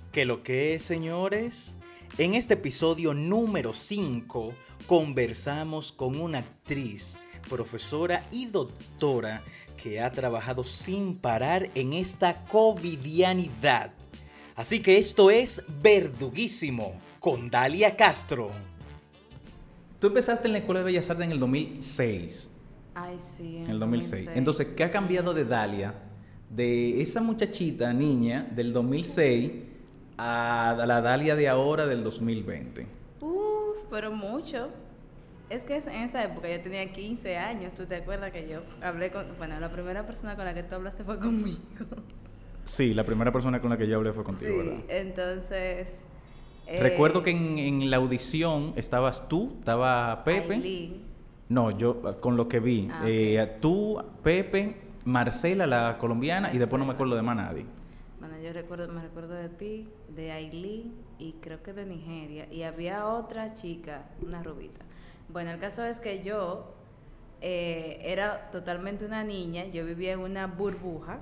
¿Qué lo que es, señores? En este episodio número 5 conversamos con una actriz, profesora y doctora que ha trabajado sin parar en esta covidianidad. Así que esto es Verduguísimo con Dalia Castro. Tú empezaste en la Escuela de Bellas Artes en el 2006. Ay, sí. En el 2006. Entonces, ¿qué ha cambiado de Dalia? De esa muchachita, niña, del 2006 a la Dalia de ahora del 2020. Pero mucho. Es que en esa época yo tenía 15 años. ¿Tú te acuerdas que yo hablé con... Bueno, la primera persona con la que tú hablaste fue conmigo. Sí, la primera persona con la que yo hablé fue contigo, Sí, ¿verdad? entonces... Recuerdo que en la audición estabas tú, estaba Pepe. Aileen. No, yo con lo que vi. Okay. Tú, Pepe, Marcela, la colombiana, y después no me acuerdo de más nadie. Bueno, me recuerdo de ti, de Aileen y creo que de Nigeria. Y había otra chica, una rubita. Bueno, el caso es que yo era totalmente una niña. Yo vivía en una burbuja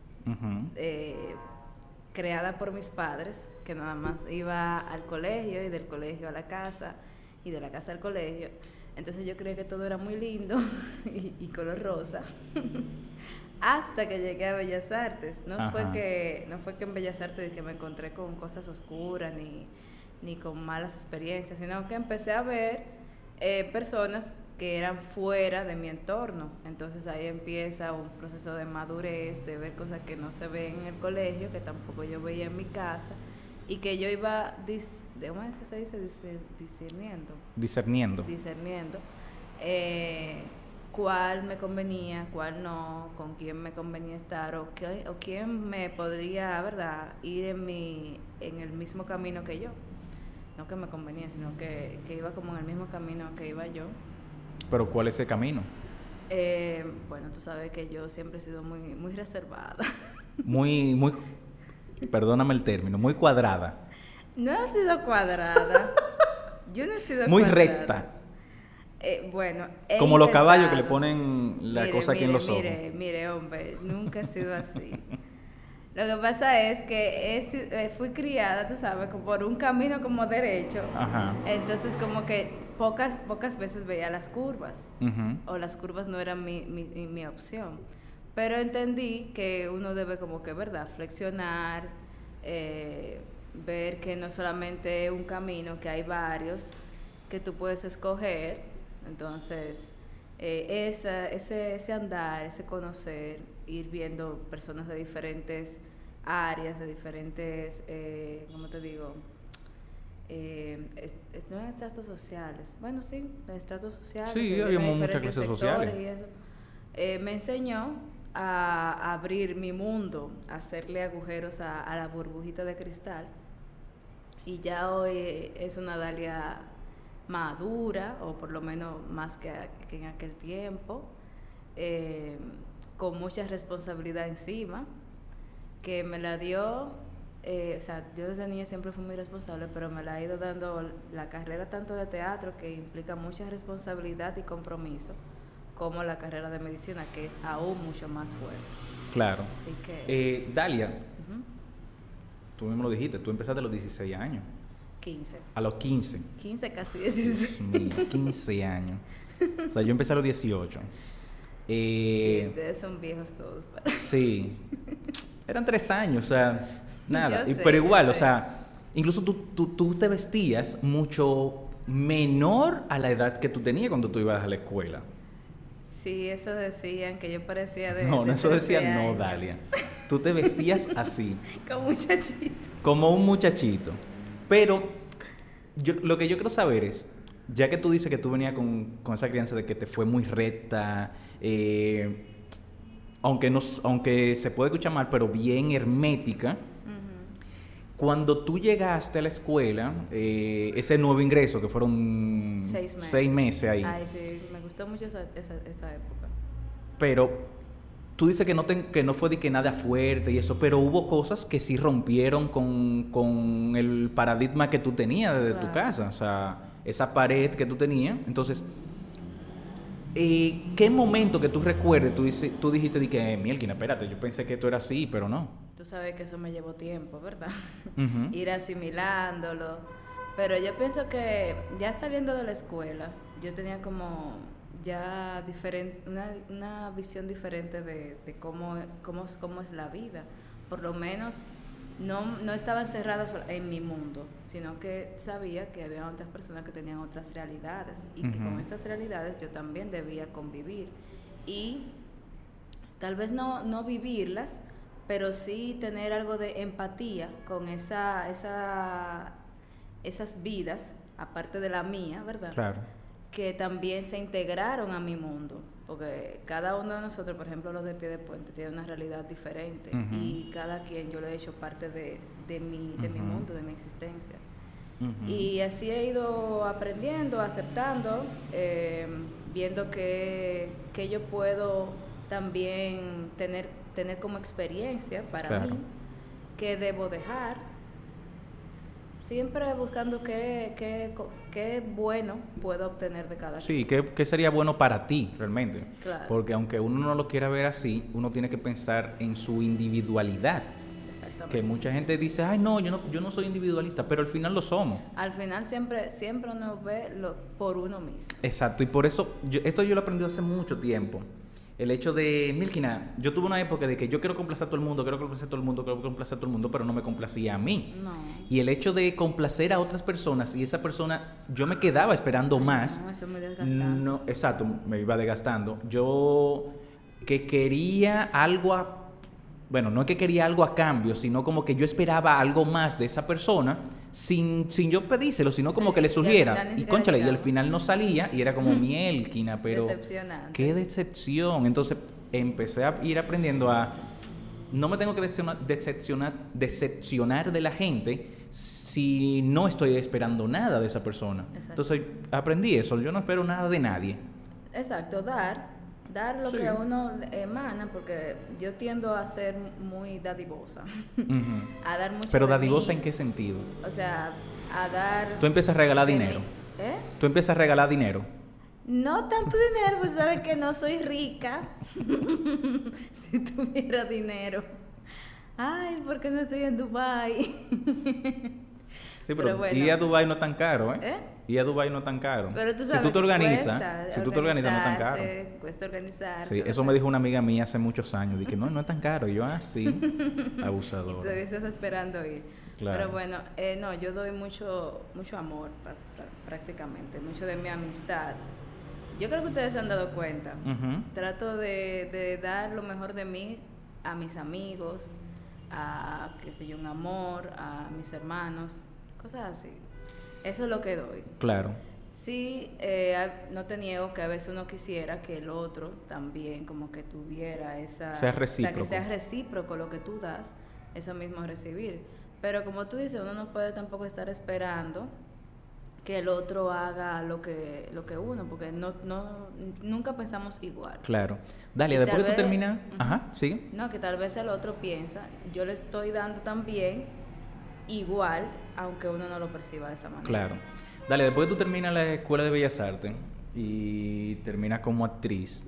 creada por mis padres, que nada más iba al colegio y del colegio a la casa y de la casa al colegio. Entonces yo creía que todo era muy lindo y color rosa. Hasta que llegué a Bellas Artes. No fue que en Bellas Artes que me encontré con cosas oscuras ni con malas experiencias, sino que empecé a ver personas que eran fuera de mi entorno. Entonces ahí empieza un proceso de madurez, de ver cosas que no se ven en el colegio, que tampoco yo veía en mi casa, y que yo iba ¿cómo es que se dice? Discerniendo cuál me convenía, cuál no, con quién me convenía estar o quién me podría, ¿verdad?, ir en el mismo camino que yo. No que me convenía, sino que iba como en el mismo camino que iba yo. ¿Pero cuál es ese camino? Bueno, tú sabes que yo siempre he sido muy, muy reservada. Muy, perdóname el término, muy cuadrada. No he sido cuadrada. Yo no he sido muy cuadrada. Recta. Bueno, como los caballos que le ponen la cosa aquí en los ojos. Mire, hombre, nunca he sido así. Lo que pasa es que fui criada, tú sabes, como por un camino como derecho. Ajá. Entonces como que pocas veces veía las curvas. O las curvas no eran mi opción. Pero entendí que uno debe como que, ¿verdad?, flexionar, ver que no solamente un camino, que hay varios que tú puedes escoger. Entonces, ese andar, ese conocer, ir viendo personas de diferentes áreas, de diferentes, ¿cómo te digo? No en estratos sociales. Bueno, sí, en estratos sociales. Sí, habíamos muchas clases sociales. Y eso. Me enseñó a abrir mi mundo, a hacerle agujeros a la burbujita de cristal. Y ya hoy es una Dalia madura, o por lo menos más que en aquel tiempo, con mucha responsabilidad encima, que me la dio, o sea, yo desde niña siempre fui muy responsable, pero me la ha ido dando la carrera tanto de teatro, que implica mucha responsabilidad y compromiso, como la carrera de medicina, que es aún mucho más fuerte. Claro. Así que... Dalia, tú mismo lo dijiste, tú empezaste a los 16 años. 15. A los 15. 15, casi 16. Mira, 15 años. O sea, yo empecé a los 18. Sí, ustedes son viejos todos. Sí. Eran 3 años, o sea, nada. Sé, pero igual, o sea, incluso tú te vestías mucho menor a la edad que tú tenías cuando tú ibas a la escuela. Sí, eso decían, que yo parecía de... No, de eso decía años. no, Dalia. Tú te vestías así. Como muchachito. Como un muchachito. Pero lo que yo quiero saber es, ya que tú dices que tú venías con esa crianza de que te fue muy recta, aunque se puede escuchar mal, pero bien hermética, cuando tú llegaste a la escuela, ese nuevo ingreso, que fueron 6 meses ahí. Ay, sí, me gustó mucho esa época. Pero tú dices que no fue de que nada fuerte y eso, pero hubo cosas que sí rompieron con el paradigma que tú tenías desde tu casa, o sea, esa pared que tú tenías. Entonces, ¿qué momento que tú recuerdes tú dijiste de que, Mielkin, espérate, yo pensé que esto era así, pero no? tú sabes que eso me llevó tiempo, ¿verdad? Ujú. Ir asimilándolo. Pero yo pienso que ya saliendo de la escuela, yo tenía como ya una visión diferente de cómo es la vida. Por lo menos no estaba encerrada en mi mundo, sino que sabía que había otras personas que tenían otras realidades y que con esas realidades yo también debía convivir. Y tal vez no vivirlas, pero sí tener algo de empatía con esas vidas, aparte de la mía, ¿verdad? Claro. Que también se integraron a mi mundo, porque cada uno de nosotros, por ejemplo los de Pie de Puente, tiene una realidad diferente y cada quien yo lo he hecho parte de mi mundo, de mi existencia. Y así he ido aprendiendo, aceptando, viendo que yo puedo también tener como experiencia para mí, que debo dejar, siempre buscando qué bueno puedo obtener de cada Sí, ¿qué sería bueno para ti realmente? Claro. Porque aunque uno no lo quiera ver así, uno tiene que pensar en su individualidad. Exactamente. Que mucha gente dice, ay no, yo no soy individualista, pero al final lo somos. Al final siempre uno ve por uno mismo. Exacto, y por eso, esto yo lo aprendí hace mucho tiempo. El hecho de, Milkina, yo tuve una época de que yo quiero complacer a todo el mundo, quiero complacer a todo el mundo, pero no me complacía a mí. No. Y el hecho de complacer a otras personas y esa persona, yo me quedaba esperando más. No, eso es muy desgastante. No, exacto, me iba desgastando. Yo que quería algo bueno, no es que quería algo a cambio, sino como que yo esperaba algo más de esa persona sin yo pedírselo, sino como que le surgiera. Y cónchale, y al final no salía y era como mielquina, pero decepcionante. Qué decepción. Entonces empecé a ir aprendiendo a no me tengo que decepcionar de la gente si no estoy esperando nada de esa persona. Exacto. Entonces aprendí eso, yo no espero nada de nadie. Exacto, dar lo Sí. que uno emana, porque yo tiendo a ser muy dadivosa, a dar mucho. Pero de dadivosa mí. ¿en qué sentido? O sea, a dar. Tú empiezas a regalar de dinero. mí. ¿Eh? Tú empiezas a regalar dinero. No tanto dinero, pues sabes que no soy rica. Si tuviera dinero. Ay, ¿por qué no estoy en Dubái? Sí, pero bueno. ir a Dubái no es tan caro, ¿eh? ¿Eh? Ir a Dubái no es tan caro. Pero tú sabes si tú te que organizas, cuesta no es tan caro. Cuesta organizarse. Sí, eso me dijo una amiga mía hace muchos años, dije, no es tan caro. Y yo, sí, Y abusador. todavía estás esperando ir. Claro. Pero bueno, no, yo doy mucho amor prácticamente, mucho de mi amistad. Yo creo que ustedes se han dado cuenta. Trato de dar lo mejor de mí a mis amigos, a, qué sé yo, un amor, a mis hermanos, cosas así. Eso es lo que doy. Claro. Sí, no te niego que a veces uno quisiera que el otro también como que tuviera esa... Sea recíproco. O sea, que sea recíproco lo que tú das, eso mismo recibir. Pero como tú dices, uno no puede tampoco estar esperando que el otro haga lo que uno, porque nunca pensamos igual. Claro. Dale, Y después tal que tú vez- terminas... Ujú. Ajá, sigue. No, que tal vez el otro piensa, yo le estoy dando también igual, aunque uno no lo perciba de esa manera. Claro. Dale, después que tú terminas la Escuela de Bellas Artes y terminas como actriz,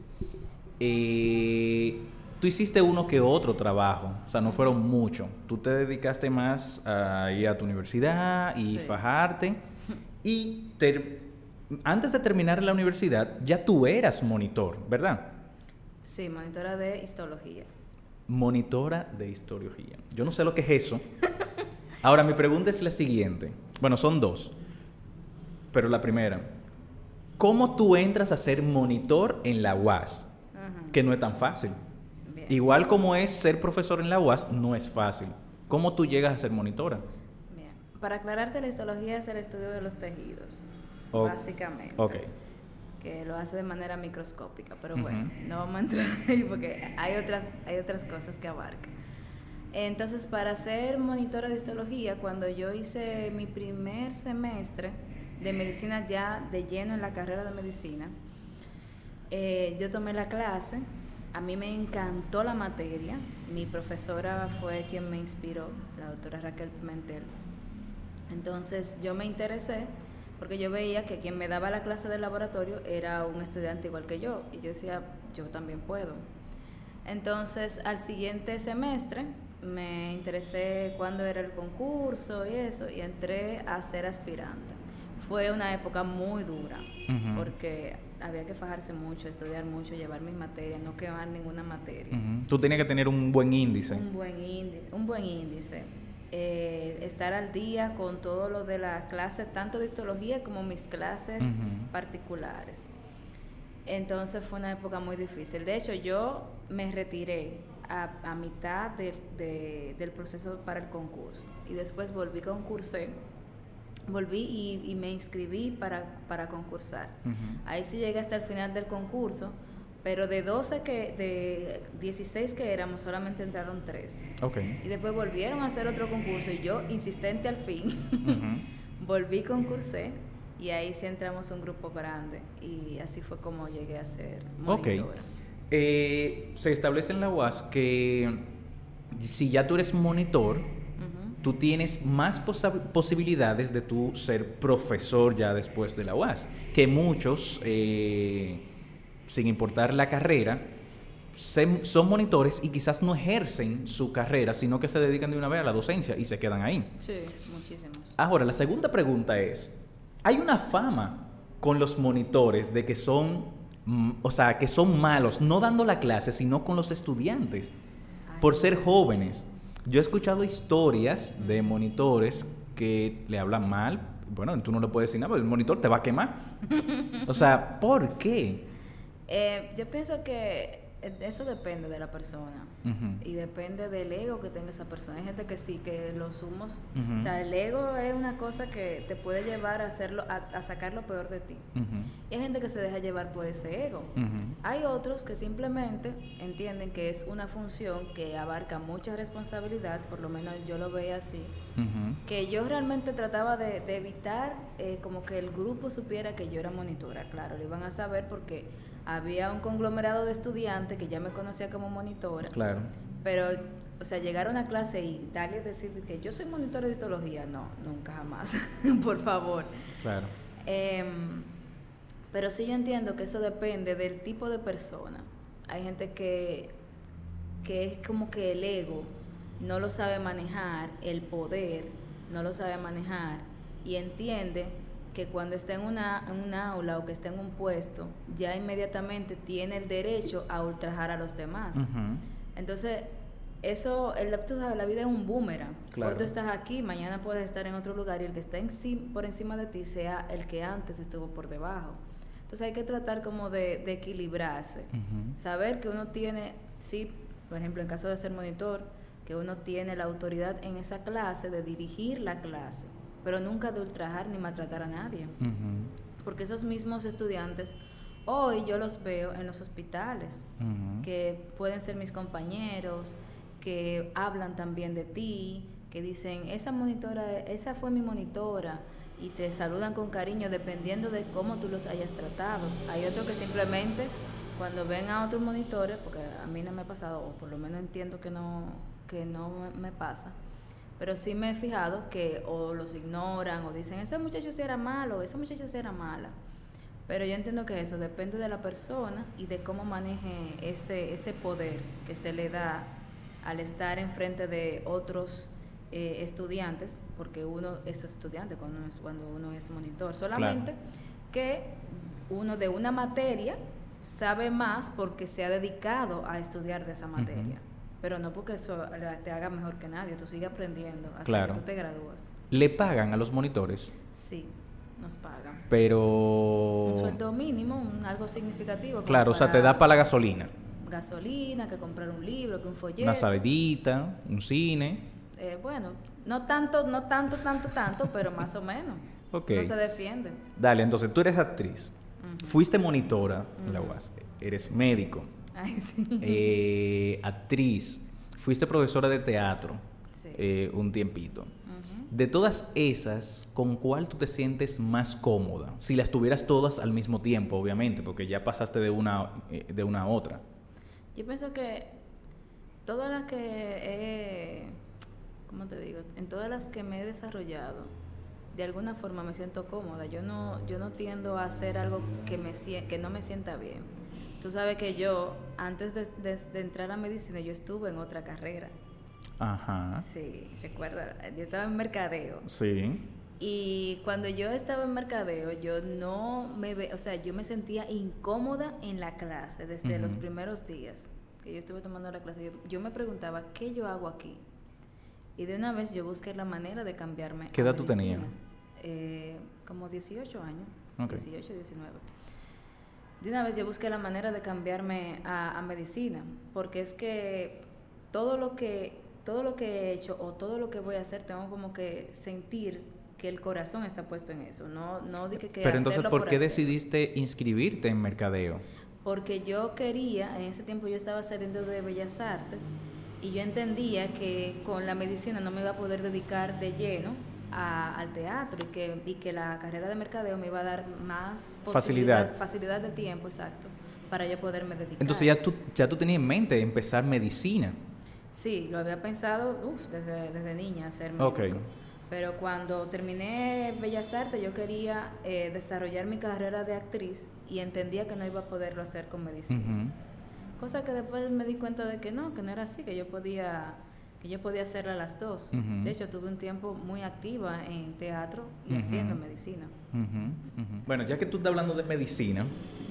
tú hiciste uno que otro trabajo, o sea, no fueron muchos. Tú te dedicaste más a ir a tu universidad y Sí. fajarte. Y antes de terminar la universidad, ya tú eras monitor, ¿verdad? Sí, monitora de histología. Monitora de historiología. Yo no sé lo que es eso. Ahora, mi pregunta es la siguiente. Bueno, son dos. Pero la primera, ¿cómo tú entras a ser monitor en la UAS? Ajá. Que no es tan fácil. Bien. Igual como es ser profesor en la UAS, no es fácil. ¿Cómo tú llegas a ser monitora? Bien. Para aclararte, la histología es el estudio de los tejidos, O- básicamente. Ok. Que lo hace de manera microscópica, pero Ujú. bueno, no vamos a entrar ahí porque hay otras cosas que abarca. Entonces, para ser monitora de histología, cuando yo hice mi primer semestre de medicina ya de lleno en la carrera de medicina, yo tomé la clase, a mí me encantó la materia, mi profesora fue quien me inspiró, la doctora Raquel Pimentel. Entonces yo me interesé porque yo veía que quien me daba la clase de laboratorio era un estudiante igual que yo y yo decía, yo también puedo. Entonces al siguiente semestre me interesé cuando era el concurso y eso, y entré a ser aspirante. Fue una época muy dura, porque había que fajarse mucho, estudiar mucho, llevar mis materias, no quemar ninguna materia. Tú tenías que tener un buen índice. Un buen índice. Estar al día con todo lo de las clases, tanto de histología como mis clases particulares. Entonces fue una época muy difícil. De hecho, yo me retiré a mitad del proceso para el concurso y después volví y me inscribí para concursar. Ahí sí llegué hasta el final del concurso, pero de 16 que éramos, solamente entraron 3. Okay. Y después volvieron a hacer otro concurso y yo, insistente al fin, volví, concursé, y ahí sí entramos un grupo grande y así fue como llegué a ser monitora. Se establece en la UAS que si ya tú eres monitor, tú tienes más posibilidades de tú ser profesor ya después de la UAS, que muchos, sin importar la carrera, son monitores y quizás no ejercen su carrera, sino que se dedican de una vez a la docencia y se quedan ahí. Sí, muchísimos. Ahora, la segunda pregunta es, ¿hay una fama con los monitores de que son, que son malos, no dando la clase, sino con los estudiantes, por ser jóvenes? Yo he escuchado historias de monitores que le hablan mal. Bueno, tú no le puedes decir nada, pero el monitor te va a quemar. O sea, ¿por qué? Yo pienso que eso depende de la persona y depende del ego que tenga esa persona. Hay gente que sí, que los humos, o sea, el ego es una cosa que te puede llevar a hacerlo, a sacar lo peor de ti. Y hay gente que se deja llevar por ese ego. Hay otros que simplemente entienden que es una función que abarca mucha responsabilidad, por lo menos yo lo veía así, que yo realmente trataba de evitar como que el grupo supiera que yo era monitora. Claro, lo iban a saber porque había un conglomerado de estudiantes que ya me conocía como monitora. Claro. Pero, o sea, llegar a una clase y darle a decir que yo soy monitora de histología, no, nunca jamás, por favor. Claro. Pero sí yo entiendo que eso depende del tipo de persona. Hay gente que es como que el ego no lo sabe manejar, el poder no lo sabe manejar y entiende que cuando está en un aula o que está en un puesto, ya inmediatamente tiene el derecho a ultrajar a los demás. Entonces, eso, la vida es un boomerang. Claro. Hoy tú estás aquí, mañana puedes estar en otro lugar y el que está por encima de ti sea el que antes estuvo por debajo. Entonces hay que tratar como de equilibrarse. Saber que uno tiene, sí, por ejemplo, en caso de ser monitor, que uno tiene la autoridad en esa clase de dirigir la clase, pero nunca de ultrajar ni maltratar a nadie. Porque esos mismos estudiantes, hoy yo los veo en los hospitales, que pueden ser mis compañeros, que hablan también de ti, que dicen, esa fue mi monitora, y te saludan con cariño dependiendo de cómo tú los hayas tratado. Hay otros que simplemente, cuando ven a otros monitores, porque a mí no me ha pasado, o por lo menos entiendo que no me pasa, pero sí me he fijado que o los ignoran o dicen, ese muchacho sí era malo, esa muchacha sí era mala. Pero yo entiendo que eso depende de la persona y de cómo maneje ese poder que se le da al estar enfrente de otros estudiantes, porque uno es estudiante cuando uno es monitor. Solamente que uno de una materia sabe más porque se ha dedicado a estudiar de esa materia. Pero no porque eso te haga mejor que nadie, tú sigues aprendiendo hasta que tú te gradúas. ¿Le pagan a los monitores? Sí, nos pagan. Pero... un sueldo mínimo, algo significativo. Claro, o sea, te da para la gasolina. Gasolina, que comprar un libro, que un folleto. Una salidita, un cine. Bueno, no tanto, pero más o menos. Okay. No se defiende. Dale, entonces tú eres actriz, fuiste monitora en la UAS, eres médico. Ay, sí. Actriz, fuiste profesora de teatro, sí, un tiempito. De todas esas, ¿con cuál tú te sientes más cómoda? Si las tuvieras todas al mismo tiempo, obviamente, porque ya pasaste de una a otra. Yo pienso que todas las que ¿cómo te digo? En todas las que me he desarrollado, de alguna forma me siento cómoda. Yo no tiendo a hacer algo que no me sienta bien. Tú sabes que yo, antes de entrar a medicina, yo estuve en otra carrera. Ajá. Sí, recuerdo, yo estaba en mercadeo. Sí. Y cuando yo estaba en mercadeo, yo no me o sea, yo me sentía incómoda en la clase desde los primeros días que yo estuve tomando la clase. Yo me preguntaba, ¿qué yo hago aquí? Y de una vez yo busqué la manera de cambiarme. ¿Qué edad tú tenías? Como 18 años, Okay. 18, 19. De una vez yo busqué la manera de cambiarme a medicina, porque es que todo lo que he hecho o todo lo que voy a hacer, tengo como que sentir que el corazón está puesto en eso, no de que Pero entonces, hacerlo ¿por qué hacer. decidiste inscribirte en mercadeo? Porque yo quería, en ese tiempo yo estaba saliendo de Bellas Artes y yo entendía que con la medicina no me iba a poder dedicar de lleno al teatro y que la carrera de mercadeo me iba a dar más facilidad de tiempo, exacto, para yo poderme dedicar. Entonces ya tú tenías en mente empezar medicina. Sí, lo había pensado desde niña, hacer médico. Okay. Pero cuando terminé Bellas Artes, yo quería desarrollar mi carrera de actriz y entendía que no iba a poderlo hacer con medicina. Cosa que después me di cuenta de que no era así, que yo podía hacerla las dos. De hecho, tuve un tiempo muy activa en teatro y haciendo medicina. Bueno, ya que tú estás hablando de medicina,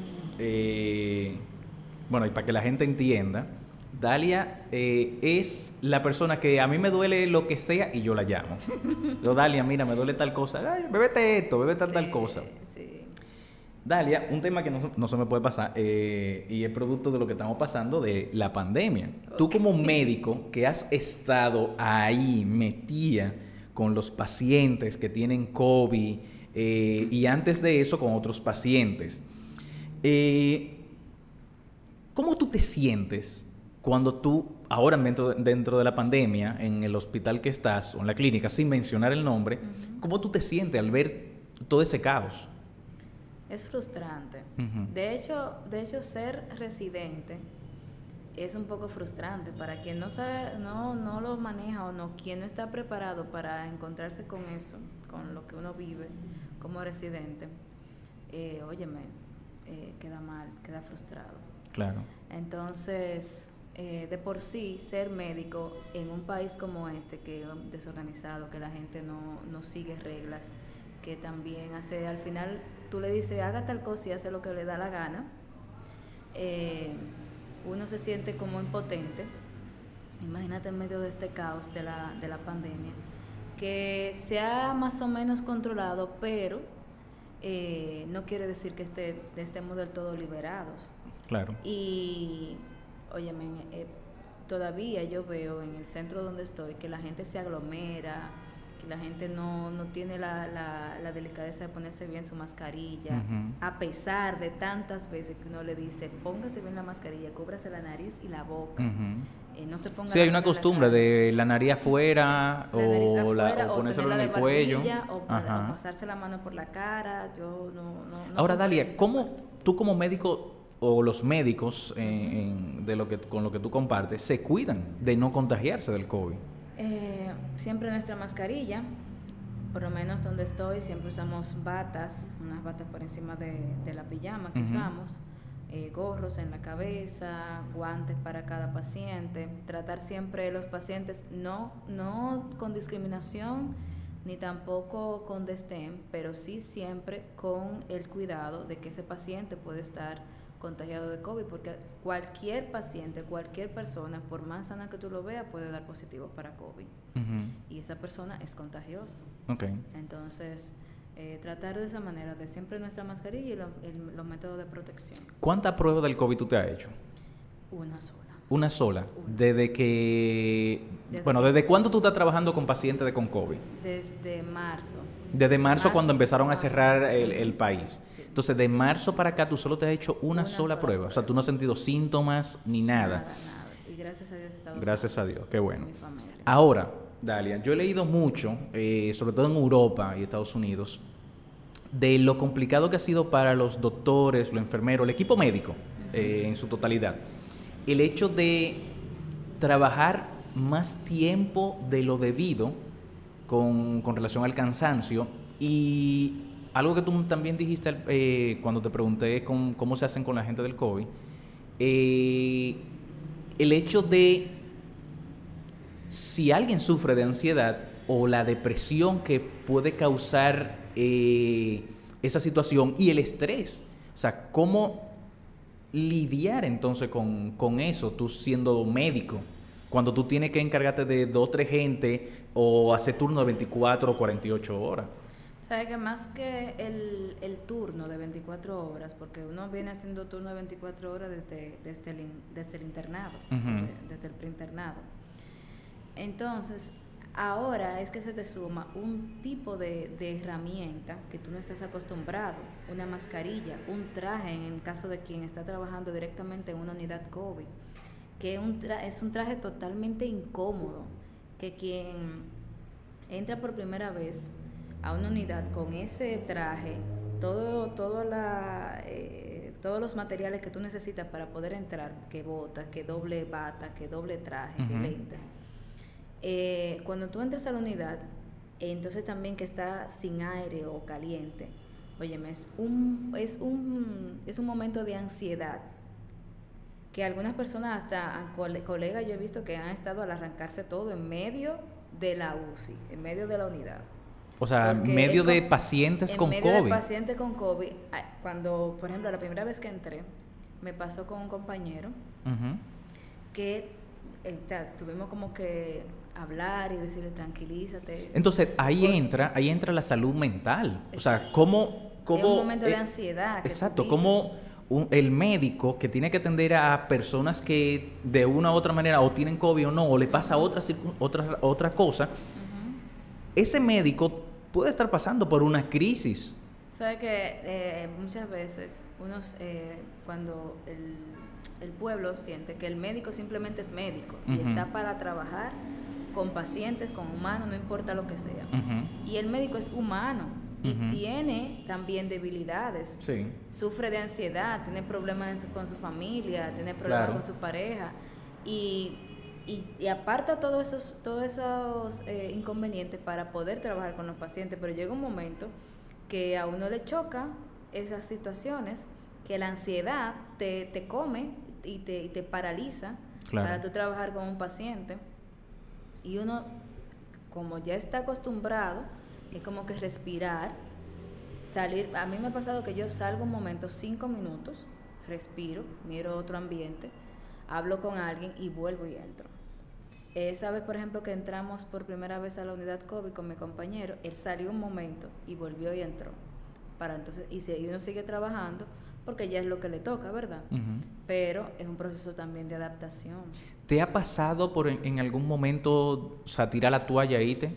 bueno, y para que la gente entienda, Dalia es la persona que a mí me duele lo que sea y yo la llamo. Yo, Dalia, mira, me duele tal cosa. Ay, bébete esto, bébete tal cosa. Sí. Dalia, un tema que no se me puede pasar y es producto de lo que estamos pasando de la pandemia. Okay. Tú como médico que has estado ahí metida con los pacientes que tienen COVID y antes de eso con otros pacientes, ¿cómo tú te sientes cuando tú, ahora dentro de la pandemia, en el hospital que estás o en la clínica, sin mencionar el nombre, cómo tú te sientes al ver todo ese caos? Es frustrante. De hecho, ser residente es un poco frustrante para quien no sabe, no lo maneja o quien no está preparado para encontrarse con eso, con lo que uno vive como residente. Queda mal, queda frustrado. Claro. Entonces, de por sí, ser médico en un país como este, que es desorganizado, que la gente no sigue reglas, que también hace, al final tú le dices haga tal cosa y hace lo que le da la gana, uno se siente como impotente. Imagínate en medio de este caos de la pandemia, que se ha más o menos controlado, pero no quiere decir que estemos del todo liberados. Claro. Y, óyeme, todavía yo veo en el centro donde estoy que la gente se aglomera, que la gente no tiene la delicadeza de ponerse bien su mascarilla, a pesar de tantas veces que uno le dice, póngase bien la mascarilla, cúbrase la nariz y la boca. No se ponga hay una costumbre de la nariz afuera, o ponérselo en el cuello. O pasarse la mano por la cara. Yo no Ahora, Dalia, ¿cómo tú como médico o los médicos con lo que tú compartes se cuidan de no contagiarse del COVID? Siempre nuestra mascarilla, por lo menos donde estoy, siempre usamos batas, unas batas por encima de la pijama que usamos, gorros en la cabeza, guantes para cada paciente, tratar siempre los pacientes no con discriminación ni tampoco con desdén, pero sí siempre con el cuidado de que ese paciente puede estar contagiado de COVID, porque cualquier paciente, cualquier persona, por más sana que tú lo veas, puede dar positivo para COVID. Y esa persona es contagiosa. Okay. Entonces, tratar de esa manera, de siempre nuestra mascarilla y los métodos de protección. ¿Cuántas pruebas del COVID tú te has hecho? Una sola. ¿Una sola? ¿Desde cuándo tú estás trabajando con pacientes con COVID? Desde marzo. Desde marzo cuando empezaron a cerrar el país. Sí. Entonces, de marzo para acá, tú solo te has hecho una sola prueba. O sea, tú no has sentido síntomas ni nada. Nada. Y gracias a Dios he estado Gracias a Dios, qué bueno. Mi familia. Ahora, Dalia, yo he leído mucho, sobre todo en Europa y Estados Unidos, de lo complicado que ha sido para los doctores, los enfermeros, el equipo médico en su totalidad. El hecho de trabajar más tiempo de lo debido con relación al cansancio, y algo que tú también dijiste cuando te pregunté cómo se hacen con la gente del COVID, el hecho de si alguien sufre de ansiedad o la depresión que puede causar esa situación y el estrés. O sea, ¿cómo lidiar entonces con eso, tú siendo médico? Cuando tú tienes que encargarte de 2 o 3 gente o hacer turno de 24 o 48 horas. Sabes que más que el turno de 24 horas, porque uno viene haciendo turno de 24 horas desde el internado, desde el preinternado. Entonces, ahora es que se te suma un tipo de herramienta que tú no estás acostumbrado, una mascarilla, un traje en el caso de quien está trabajando directamente en una unidad COVID, que es un traje totalmente incómodo, que quien entra por primera vez a una unidad con ese traje, todos los materiales que tú necesitas para poder entrar, que botas, que doble bata, que doble traje, que lentes. Cuando tú entras a la unidad, entonces también que está sin aire o caliente, óyeme, es un momento de ansiedad que algunas personas, hasta colegas, yo he visto que han estado al arrancarse todo en medio de la UCI, en medio de la unidad. O sea, en medio de pacientes con COVID. En medio de pacientes con COVID. Cuando, por ejemplo, la primera vez que entré, me pasó con un compañero que tuvimos como que hablar y decirle tranquilízate. Entonces, ahí entra la salud mental. Exacto. O sea, cómo es un momento de ansiedad. Exacto, como el médico que tiene que atender a personas que de una u otra manera o tienen COVID o no, o le pasa otra cosa, ese médico puede estar pasando por una crisis. Sabe que muchas veces cuando el pueblo siente que el médico simplemente es médico y está para trabajar con pacientes, con humanos, no importa lo que sea. Y el médico es humano y tiene también debilidades. Sí. Sufre de ansiedad, tiene problemas con su familia, tiene problemas con su pareja y aparta todos esos inconvenientes para poder trabajar con los pacientes, pero llega un momento que a uno le choca esas situaciones, que la ansiedad te come y te paraliza para tú trabajar con un paciente, y uno, como ya está acostumbrado, es como que respirar, salir. A mí me ha pasado que yo salgo un momento, 5 minutos, respiro, miro otro ambiente, hablo con alguien y vuelvo y entro. Esa vez, por ejemplo, que entramos por primera vez a la unidad COVID con mi compañero, él salió un momento y volvió y entró. Y uno sigue trabajando porque ya es lo que le toca, ¿verdad? Pero es un proceso también de adaptación. ¿Te ha pasado en algún momento, o sea, tirar la toalla y irte?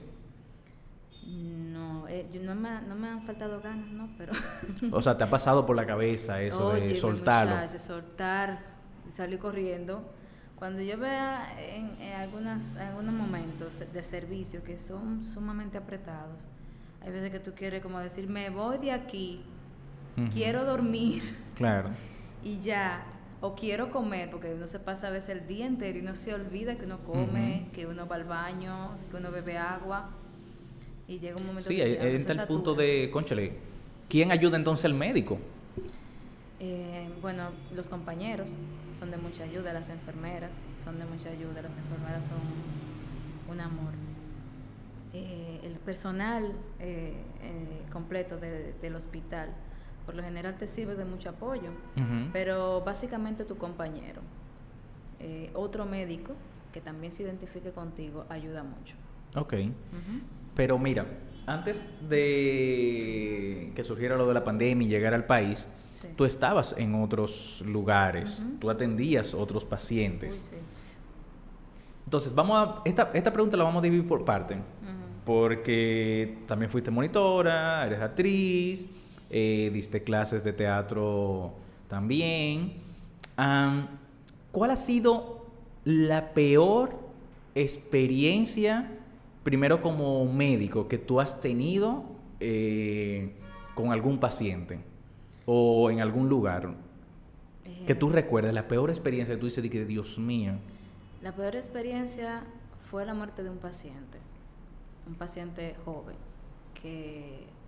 No, no me han faltado ganas, ¿no? Pero o sea, ¿te ha pasado por la cabeza eso de soltarlo? Muchacho, soltar, salir corriendo. Cuando yo vea en algunos momentos de servicio que son sumamente apretados, hay veces que tú quieres como decir, me voy de aquí, quiero dormir. Claro. Y ya, o quiero comer, porque uno se pasa a veces el día entero y uno se olvida que uno come, que uno va al baño, que uno bebe agua, y llega un momento que ahí entra el punto de, cónchale, ¿quién ayuda entonces al médico? Bueno, los compañeros son de mucha ayuda, las enfermeras son de mucha ayuda, las enfermeras son un amor. El personal completo del hospital, por lo general te sirve de mucho apoyo, pero básicamente tu compañero, otro médico que también se identifique contigo, ayuda mucho. Ok. Pero mira, antes de que surgiera lo de la pandemia y llegara al país, sí, tú estabas en otros lugares, tú atendías otros pacientes. Uy, sí. Entonces, esta pregunta la vamos a dividir por parte, porque también fuiste monitora, eres actriz, diste clases de teatro también. ¿Cuál ha sido la peor experiencia, primero como médico, que tú has tenido con algún paciente o en algún lugar? Que tú recuerdes, la peor experiencia que tú dices de que, Dios mío. La peor experiencia fue la muerte de un paciente joven, que realmente yo no esperaba que ese paciente falleciera.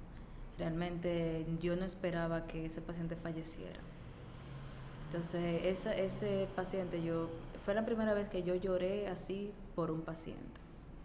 Entonces, ese paciente, fue la primera vez que yo lloré así por un paciente.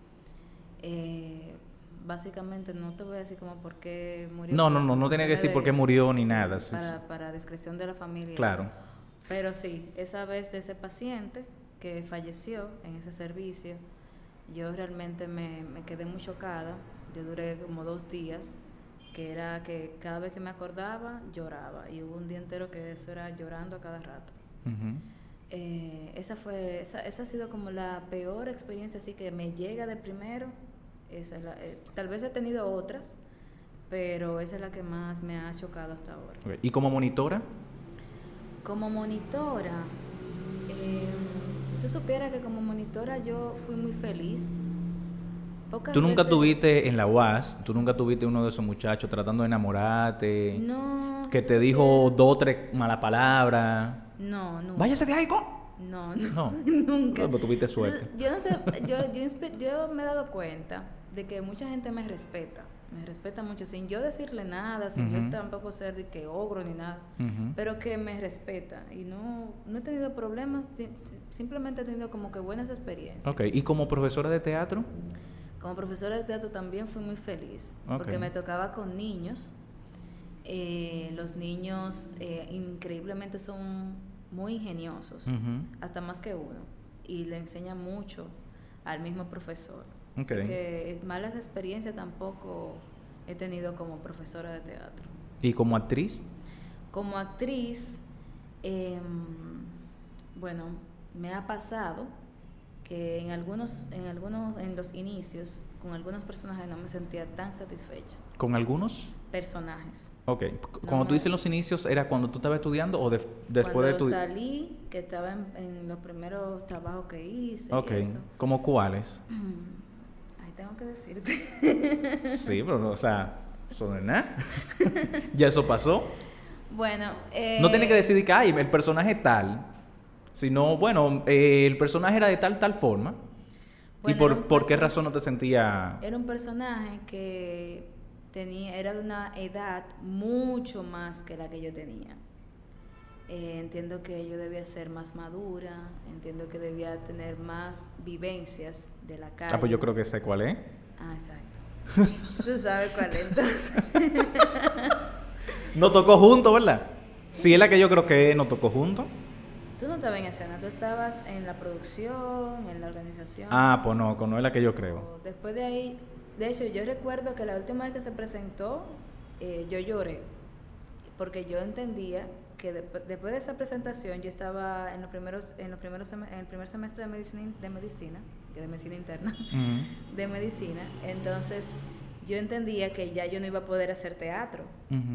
Básicamente, no te voy a decir como por qué murió. No tiene que decir por qué murió ni nada. Para discreción de la familia. Claro. Eso. Pero sí, esa vez de ese paciente que falleció en ese servicio, yo realmente me quedé muy chocada. Yo duré como 2 días, que era que cada vez que me acordaba, lloraba. Y hubo un día entero que eso era llorando a cada rato. Uh-huh. Esa ha sido como la peor experiencia así que me llega de primero. Tal vez he tenido otras, pero esa es la que más me ha chocado hasta ahora. Okay. ¿Y como monitora? Como monitora, si tú supieras que como monitora yo fui muy feliz. ¿Tú nunca tuviste en la UAS, tú nunca tuviste uno de esos muchachos tratando de enamorarte? No. Que te dijo 2 o 3 malas palabras. No, nunca. ¡Váyase de ahí, No, No, nunca. pues tuviste suerte. Yo no sé, yo me he dado cuenta de que mucha gente me respeta mucho, sin yo decirle nada, sin yo tampoco ser de que ogro ni nada, pero que me respeta, y no he tenido problemas, simplemente he tenido como que buenas experiencias. Okay. ¿Y como profesora de teatro? Como profesora de teatro también fui muy feliz, porque me tocaba con niños. Los niños increíblemente son muy ingeniosos, hasta más que uno, y le enseñan mucho al mismo profesor. Okay. Así que malas experiencias tampoco he tenido como profesora de teatro. ¿Y como actriz? Como actriz, bueno, me ha pasado que en los inicios, con algunos personajes no me sentía tan satisfecha. ¿Con algunos personajes? Ok. Cuando tú dices los inicios, ¿era cuando tú estabas estudiando o después de tu...? Cuando salí, que estaba en los primeros trabajos que hice. Ok. Y eso. ¿Cómo cuáles? Ahí tengo que decirte. Sí, pero, o sea, eso no es nada. Ya eso pasó. Bueno, no tienes que decir que, ay, el personaje tal, sino, bueno, el personaje era de tal forma. Bueno, ¿Y por qué razón no te sentía...? Era un personaje que era de una edad mucho más que la que yo tenía. Entiendo que yo debía ser más madura, entiendo que debía tener más vivencias de la calle. Ah, pues yo creo que sé cuál es. Ah, exacto. Tú sabes cuál es, entonces. Nos tocó juntos, ¿verdad? Sí, es la que yo creo que nos tocó juntos. Tú no estabas en escena, tú estabas en la producción, en la organización. Ah, pues no es la que yo creo. Después de ahí, de hecho, yo recuerdo que la última vez que se presentó, yo lloré, porque yo entendía que después de esa presentación yo estaba en el primer semestre de medicina interna, de medicina. Entonces yo entendía que ya yo no iba a poder hacer teatro.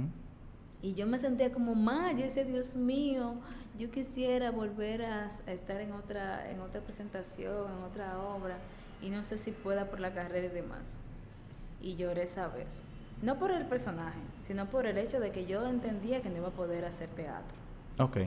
Y yo me sentía como mal. Yo decía, Dios mío, yo quisiera volver a estar en otra presentación, en otra obra, y no sé si pueda por la carrera y demás. Y lloré esa vez. No por el personaje, sino por el hecho de que yo entendía que no iba a poder hacer teatro. Ok.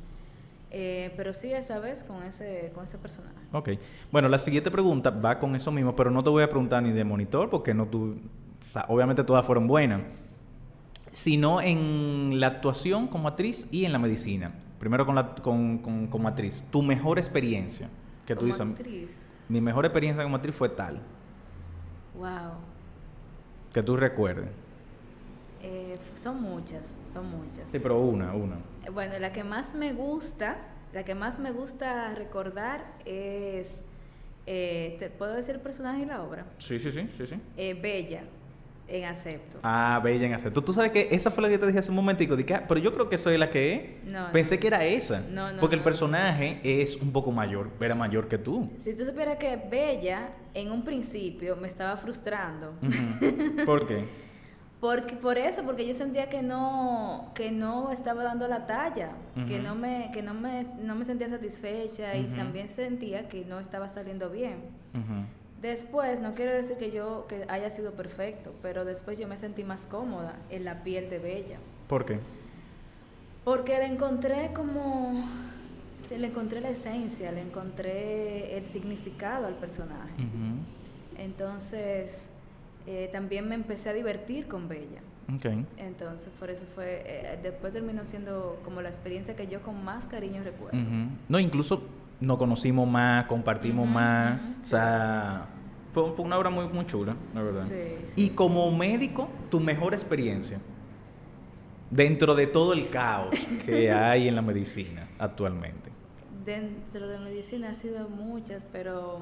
Pero sí esa vez con ese personaje. Ok. Bueno, la siguiente pregunta va con eso mismo, pero no te voy a preguntar ni de monitor, porque o sea, obviamente todas fueron buenas, sino en la actuación como actriz y en la medicina. Primero como actriz. Tu mejor experiencia. Que tú dices, actriz. Mi mejor experiencia como actriz fue tal. Wow. Que tú recuerdes. Son muchas. Sí, pero una. Bueno, la que más me gusta recordar es, ¿te puedo decir el personaje y la obra? Sí. Bella, en Acepto. Ah, Bella en Acepto. Tú sabes que esa fue la que te dije hace un momentico. Dije, pero yo creo que soy la que es. No, Pensé que era esa. No. Porque el personaje es un poco mayor, era mayor que tú. Si tú supieras que Bella, en un principio, me estaba frustrando. ¿Por qué? Porque yo sentía que no estaba dando la talla, que no me sentía satisfecha, y también sentía que no estaba saliendo bien. Después, no quiero decir que haya sido perfecto, pero después yo me sentí más cómoda en la piel de Bella. ¿Por qué? Porque le encontré la esencia, le encontré el significado al personaje. Entonces, también me empecé a divertir con Bella. Okay. Entonces, por eso fue, después terminó siendo como la experiencia que yo con más cariño recuerdo. Ujú. No, incluso nos conocimos más, compartimos más. O sea, fue una obra muy, muy chula, la verdad. Sí, Y sí. como médico, tu mejor experiencia dentro de todo el caos que hay en la medicina actualmente. Dentro de medicina ha sido muchas, pero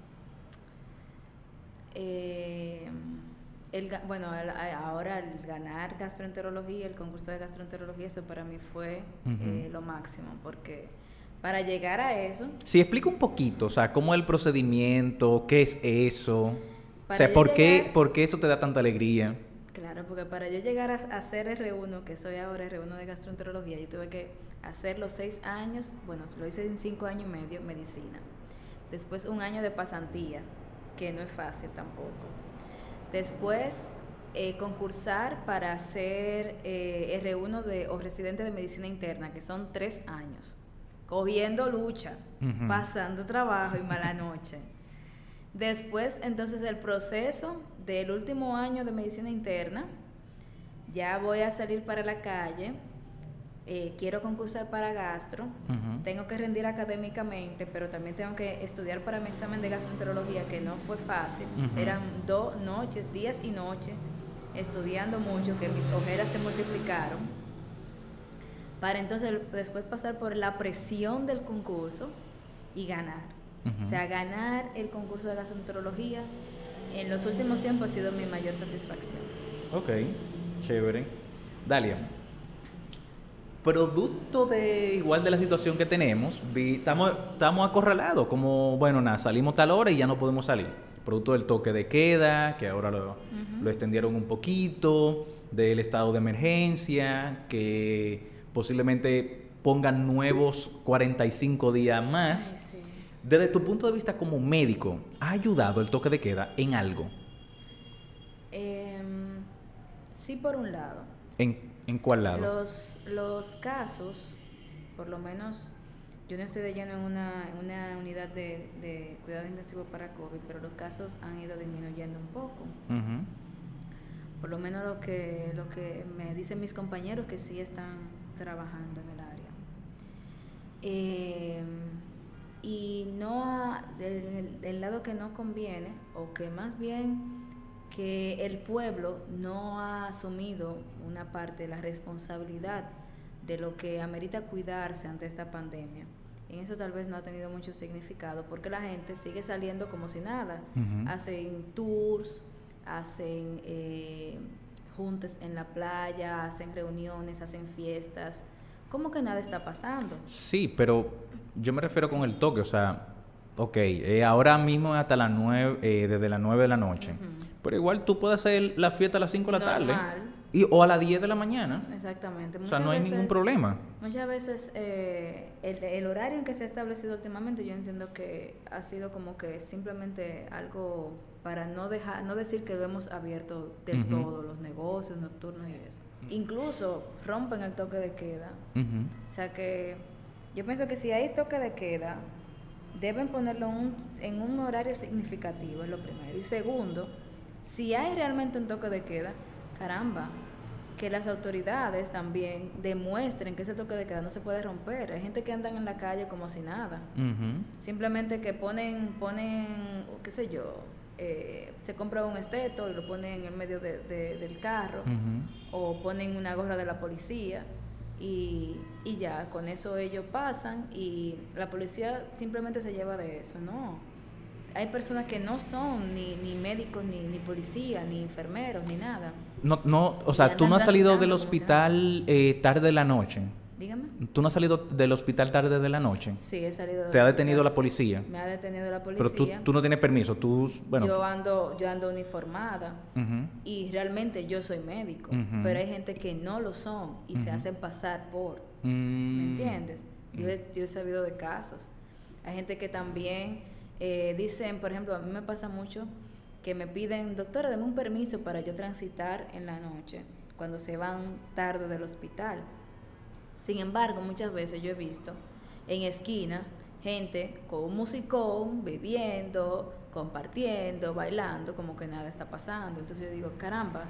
bueno, ahora al ganar gastroenterología, el concurso de gastroenterología, eso para mí fue lo máximo, porque para llegar a eso, Sí, explica un poquito, o sea, cómo es el procedimiento, qué es eso, o para sea, yo ¿por qué, llegar, por qué eso te da tanta alegría? claro, porque para yo llegar a ser R1, que soy ahora R1 de gastroenterología, yo tuve que hacer los 6 años, bueno, lo hice en 5 años y medio, medicina. Después 1 año de pasantía, que no es fácil tampoco. Después concursar para ser R1 o residente de medicina interna, que son 3 años, cogiendo lucha, pasando trabajo y mala noche. Después, entonces, el proceso del último año de medicina interna, ya voy a salir para la calle, quiero concursar para gastro, tengo que rendir académicamente, pero también tengo que estudiar para mi examen de gastroenterología, que no fue fácil. Eran 2 noches, días y noches, estudiando mucho, que mis ojeras se multiplicaron, para entonces después pasar por la presión del concurso y ganar. O sea, ganar el concurso de gastroenterología en los últimos tiempos ha sido mi mayor satisfacción. Ok, chévere. Dalia, producto de igual de la situación que tenemos, estamos acorralados, como, bueno, nada, salimos tal hora y ya no podemos salir. Producto del toque de queda, que ahora lo extendieron un poquito, del estado de emergencia, que posiblemente pongan nuevos 45 días más. Ay, sí. Desde tu punto de vista como médico, ¿ha ayudado el toque de queda en algo? Sí, por un lado. ¿En cuál lado? Los casos, por lo menos, yo no estoy de lleno en una unidad de cuidado intensivo para COVID, pero los casos han ido disminuyendo un poco. Por lo menos lo que me dicen mis compañeros que sí están trabajando en el área. Y no del lado que no conviene, o que más bien que el pueblo no ha asumido una parte de la responsabilidad de lo que amerita cuidarse ante esta pandemia. En eso tal vez no ha tenido mucho significado, porque la gente sigue saliendo como si nada. Hacen tours, hacen juntas en la playa, hacen reuniones, hacen fiestas, como que nada está pasando. Sí, pero yo me refiero con el toque, o sea, ok, ahora mismo es hasta las 9, desde las 9 de la noche, pero igual tú puedes hacer la fiesta a las 5 de la tarde o a las 10 de la mañana. Exactamente. O sea, no hay ningún problema. Muchas veces el horario en que se ha establecido últimamente, yo entiendo que ha sido como que simplemente algo para no decir que lo hemos abierto del todo, los negocios nocturnos y eso. Incluso rompen el toque de queda. O sea que yo pienso que si hay toque de queda, deben ponerlo en un horario significativo, es lo primero. Y segundo, si hay realmente un toque de queda, caramba, que las autoridades también demuestren que ese toque de queda no se puede romper. Hay gente que andan en la calle como si nada. Simplemente que ponen, qué sé yo, se compra un esteto y lo ponen en el medio del carro, o ponen una gorra de la policía y ya, con eso ellos pasan y la policía simplemente se lleva de eso. No, hay personas que no son ni médicos, ni policía, ni enfermeros, ni nada. No, o sea, tú no has salido del hospital tarde de la noche. Dígame. ¿Tú no has salido del hospital tarde de la noche? Sí, he salido del ¿Te ha hospital. detenido la policía? Me ha detenido la policía. Pero tú no tienes permiso, bueno. Yo ando uniformada y realmente yo soy médico, pero hay gente que no lo son y se hacen pasar por, ¿me entiendes? Yo he sabido de casos. Hay gente que también dicen, por ejemplo, a mí me pasa mucho que me piden, doctora, dame un permiso para yo transitar en la noche cuando se van tarde del hospital. Sin embargo, muchas veces yo he visto en esquina gente con un musicón, bebiendo, compartiendo, bailando, como que nada está pasando. Entonces yo digo, caramba,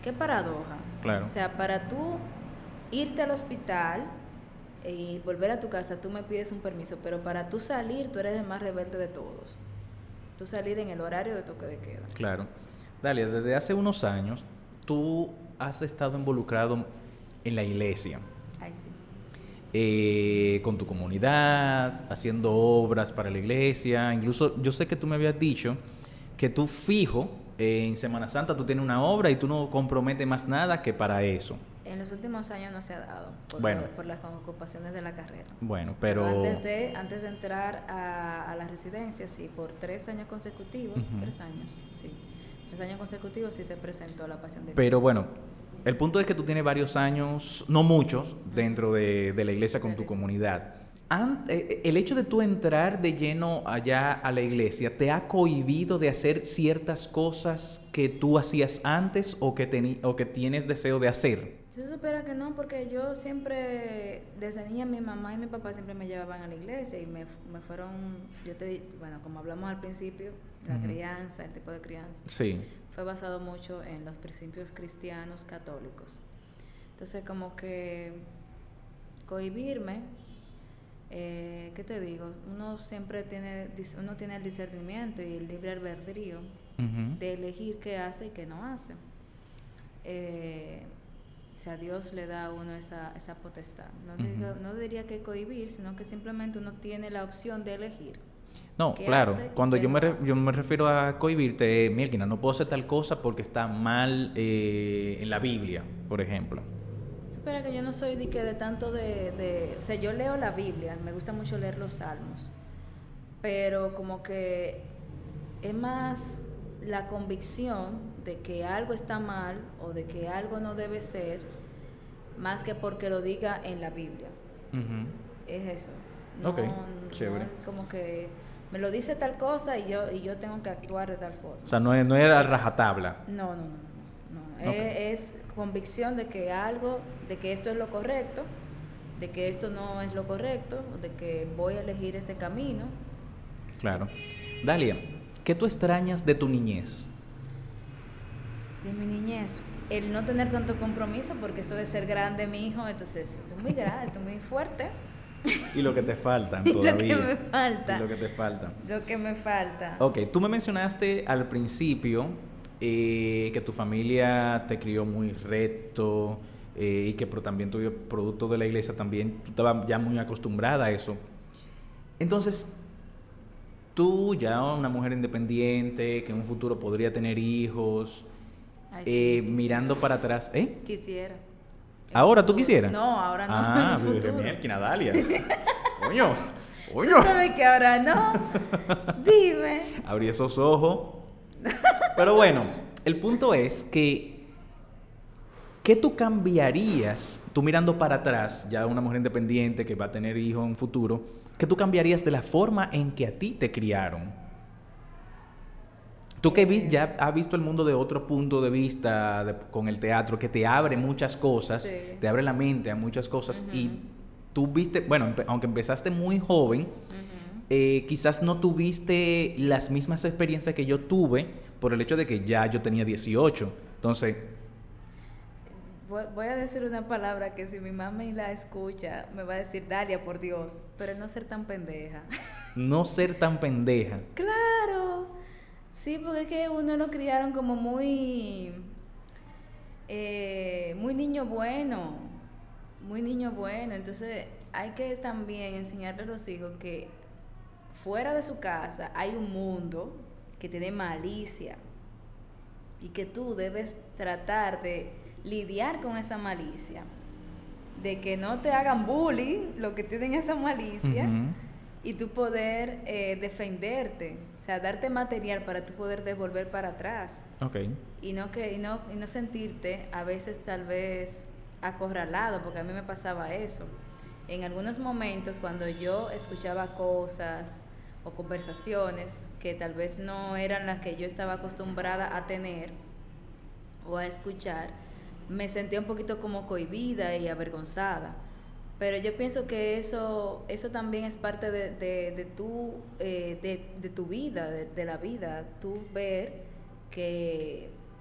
qué paradoja. Claro. O sea, para tú irte al hospital y volver a tu casa, tú me pides un permiso, pero para tú salir, tú eres el más rebelde de todos. Tú salir en el horario de toque de queda. Claro. Dalia, desde hace unos años, tú has estado involucrado en la iglesia, Ay, sí. con tu comunidad, haciendo obras para la iglesia. Incluso yo sé que tú me habías dicho que tú fijo, en Semana Santa tú tienes una obra y tú no comprometes más nada que para eso. En los últimos años no se ha dado Bueno. por las ocupaciones de la carrera. Bueno, pero... Antes de entrar a la residencia, sí, por 3 años consecutivos, Ujú. 3 años, sí. 3 años consecutivos sí se presentó la Pasión de Pero Cristo. bueno, el punto es que tú tienes varios años, no muchos, dentro de la iglesia con tu comunidad. El hecho de tú entrar de lleno allá a la iglesia, ¿te ha cohibido de hacer ciertas cosas que tú hacías antes o que tienes deseo de hacer? Si yo supiera que no, porque yo siempre, desde niña, mi mamá y mi papá siempre me llevaban a la iglesia y me fueron, bueno, como hablamos al principio, la Ujú. crianza, el tipo de crianza, Sí. fue basado mucho en los principios cristianos católicos. Entonces, como que cohibirme, ¿qué te digo? Uno siempre tiene el discernimiento y el libre albedrío Ujú. de elegir qué hace y qué no hace. O sea, Dios le da a uno esa potestad. No diría que cohibir, sino que simplemente uno tiene la opción de elegir. No, ¿Qué claro. hace y Cuando qué yo no hace? yo me refiero a cohibirte, Mielkina, no puedo hacer tal cosa porque está mal en la Biblia, por ejemplo. Espera que yo no soy de tanto o sea, yo leo la Biblia, me gusta mucho leer los salmos, pero como que es más la convicción de que algo está mal o de que algo no debe ser, más que porque lo diga en la Biblia. Ujú. Es eso. Ok, chévere. Es como que me lo dice tal cosa y yo tengo que actuar de tal forma. O sea, no era rajatabla. No. Ok. Es convicción de que de que esto es lo correcto, de que esto no es lo correcto, de que voy a elegir este camino. Claro. Dalia, ¿qué tú extrañas de tu niñez? De mi niñez, el no tener tanto compromiso, porque esto de ser grande, mi hijo, entonces, esto es muy grande, esto es muy fuerte. Y lo que te faltan Y todavía. lo que me falta. Y lo que te falta. Lo que me falta. Ok, tú me mencionaste al principio que tu familia te crió muy recto y que también tu producto de la iglesia también, tú estabas ya muy acostumbrada a eso. Entonces, tú ya una mujer independiente, que en un futuro podría tener hijos, Ay, sí, mirando para atrás, ¿eh? quisiera. En ¿Ahora un tú futuro. quisieras? No, ahora no. Ah, en un futuro. mierda, Dalia. Coño, ¿Tú coño. sabes que ahora no? Dime. Abrí esos ojos. Pero bueno, el punto es que, ¿qué tú cambiarías, tú mirando para atrás, ya una mujer independiente que va a tener hijos en un futuro, qué tú cambiarías de la forma en que a ti te criaron? Tú que ya has visto el mundo de otro punto de vista con el teatro, que te abre muchas cosas, Sí. te abre la mente a muchas cosas, Ujú. y tú viste, bueno, aunque empezaste muy joven, Ujú. quizás no tuviste las mismas experiencias que yo tuve por el hecho de que ya yo tenía 18. Entonces, Voy a decir una palabra que si mi mami la escucha, me va a decir, Dalia, por Dios, pero no ser tan pendeja. no ser tan pendeja. Claro. Sí, porque es que uno lo criaron como muy niño bueno, muy niño bueno. Entonces hay que también enseñarle a los hijos que fuera de su casa hay un mundo que tiene malicia y que tú debes tratar de lidiar con esa malicia, de que no te hagan bullying lo que tienen esa malicia. Ujú. Y tú poder defenderte, o sea, darte material para tú poder devolver para atrás Ok. y no sentirte a veces tal vez acorralado, porque a mí me pasaba eso. En algunos momentos cuando yo escuchaba cosas o conversaciones que tal vez no eran las que yo estaba acostumbrada a tener o a escuchar, me sentía un poquito como cohibida y avergonzada. Pero yo pienso que eso también es parte de tu vida, de la vida. Tú ver que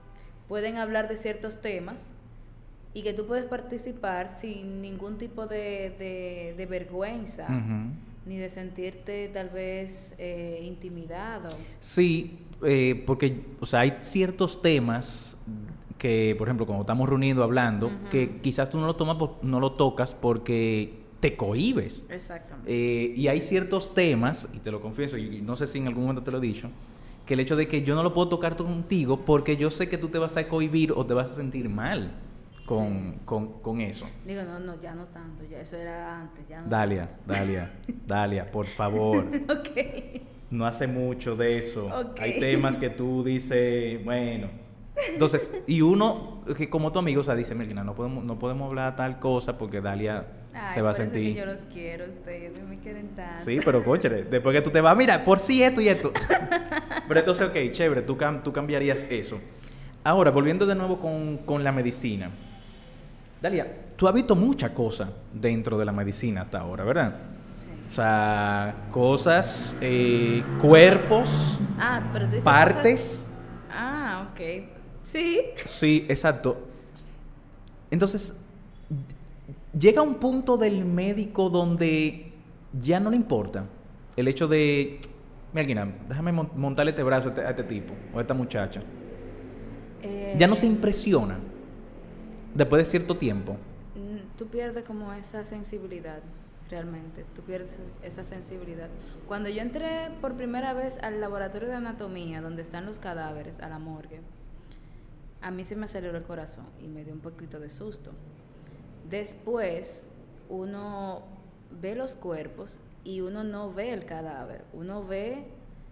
pueden hablar de ciertos temas y que tú puedes participar sin ningún tipo de vergüenza, ni de sentirte tal vez intimidado. Sí, porque, o sea, hay ciertos temas que, por ejemplo, cuando estamos reunidos hablando, que quizás tú no lo tomas, no lo tocas porque te cohibes. Exactamente. Y hay ciertos temas, y te lo confieso, y no sé si en algún momento te lo he dicho, que el hecho de que yo no lo puedo tocar contigo porque yo sé que tú te vas a cohibir o te vas a sentir mal con eso. Digo, no, ya no tanto, ya eso era antes. Ya no Dalia, por favor. Ok. No hace mucho de eso. Okay. Hay temas que tú dices, bueno. Entonces, y uno, que como tu amigo, o sea, dice, Melina, no podemos hablar tal cosa porque Dalia se va a sentir. Por eso es que yo los quiero, ustedes me quieren tanto. Sí, pero cónchale, después que tú te vas, mira, por sí esto y esto. Pero entonces, ok, chévere, tú cambiarías eso. Ahora, volviendo de nuevo con la medicina. Dalia, tú has visto muchas cosas dentro de la medicina hasta ahora, ¿verdad? Sí. O sea, cosas, cuerpos, Pero tú dices partes. Cosas... ok. Sí. Sí, exacto. Entonces, llega un punto del médico donde ya no le importa el hecho de, mira, déjame montarle este brazo a este tipo o a esta muchacha. Ya no se impresiona después de cierto tiempo. Tú pierdes como esa sensibilidad, realmente. Tú pierdes esa sensibilidad. Cuando yo entré por primera vez al laboratorio de anatomía, donde están los cadáveres, a la morgue, a mí se me aceleró el corazón y me dio un poquito de susto. Después, uno ve los cuerpos y uno no ve el cadáver. Uno ve